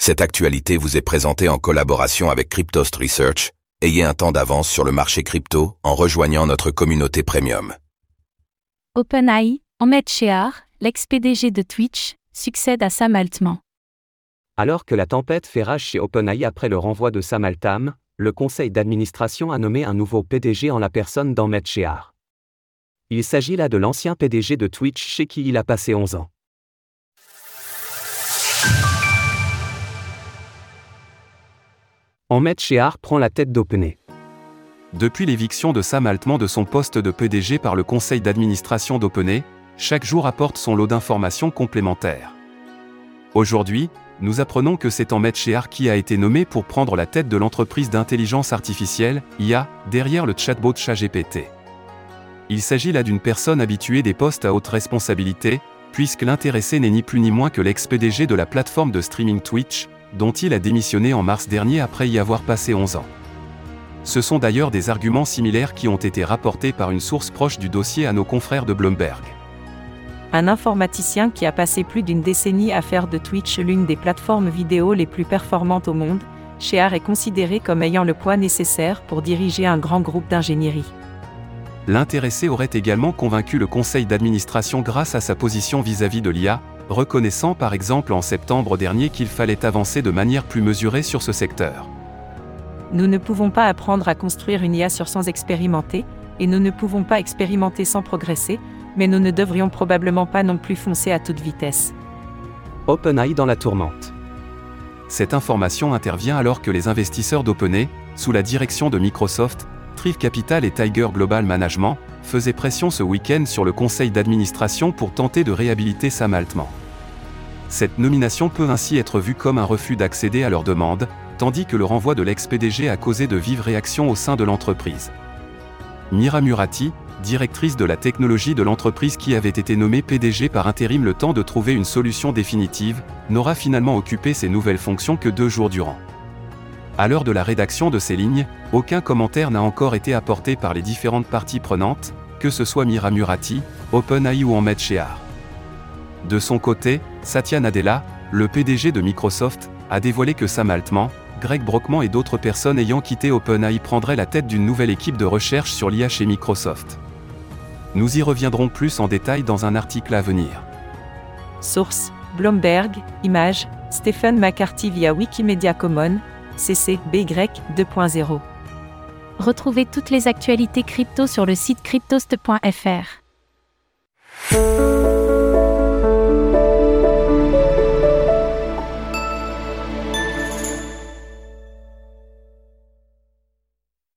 Cette actualité vous est présentée en collaboration avec Cryptost Research. Ayez un temps d'avance sur le marché crypto en rejoignant notre communauté premium. OpenAI, Ahmed Shear, l'ex-PDG de Twitch, succède à Sam Altman. Alors que la tempête fait rage chez OpenAI après le renvoi de Sam Altman, le conseil d'administration a nommé un nouveau PDG en la personne d'Ahmed Shear. Il s'agit là de l'ancien PDG de Twitch chez qui il a passé 11 ans. Ahmed Shear prend la tête d'OpenAI. Depuis l'éviction de Sam Altman de son poste de PDG par le conseil d'administration d'OpenAI, chaque jour apporte son lot d'informations complémentaires. Aujourd'hui, nous apprenons que c'est Ahmed Shear qui a été nommé pour prendre la tête de l'entreprise d'intelligence artificielle, IA, derrière le chatbot ChatGPT. Il s'agit là d'une personne habituée des postes à haute responsabilité, puisque l'intéressé n'est ni plus ni moins que l'ex-PDG de la plateforme de streaming Twitch, dont il a démissionné en mars dernier après y avoir passé 11 ans. Ce sont d'ailleurs des arguments similaires qui ont été rapportés par une source proche du dossier à nos confrères de Bloomberg. Un informaticien qui a passé plus d'une décennie à faire de Twitch l'une des plateformes vidéo les plus performantes au monde, Shear est considéré comme ayant le poids nécessaire pour diriger un grand groupe d'ingénierie. L'intéressé aurait également convaincu le conseil d'administration grâce à sa position vis-à-vis de l'IA, reconnaissant par exemple en septembre dernier qu'il fallait avancer de manière plus mesurée sur ce secteur. Nous ne pouvons pas apprendre à construire une IA sans expérimenter, et nous ne pouvons pas expérimenter sans progresser, mais nous ne devrions probablement pas non plus foncer à toute vitesse. OpenAI dans la tourmente. Cette information intervient alors que les investisseurs d'OpenAI, sous la direction de Microsoft, Thrive Capital et Tiger Global Management, faisaient pression ce week-end sur le conseil d'administration pour tenter de réhabiliter Sam Altman. Cette nomination peut ainsi être vue comme un refus d'accéder à leur demande, tandis que le renvoi de l'ex-PDG a causé de vives réactions au sein de l'entreprise. Mira Murati, directrice de la technologie de l'entreprise qui avait été nommée PDG par intérim le temps de trouver une solution définitive, n'aura finalement occupé ses nouvelles fonctions que 2 jours durant. À l'heure de la rédaction de ces lignes, aucun commentaire n'a encore été apporté par les différentes parties prenantes, que ce soit Mira Murati, OpenAI ou Ahmed Shear. De son côté, Satya Nadella, le PDG de Microsoft, a dévoilé que Sam Altman, Greg Brockman et d'autres personnes ayant quitté OpenAI prendraient la tête d'une nouvelle équipe de recherche sur l'IA chez Microsoft. Nous y reviendrons plus en détail dans un article à venir. Source, Bloomberg, Image, Stephen McCarthy via Wikimedia Commons, CC BY 2.0. Retrouvez toutes les actualités crypto sur le site cryptost.fr.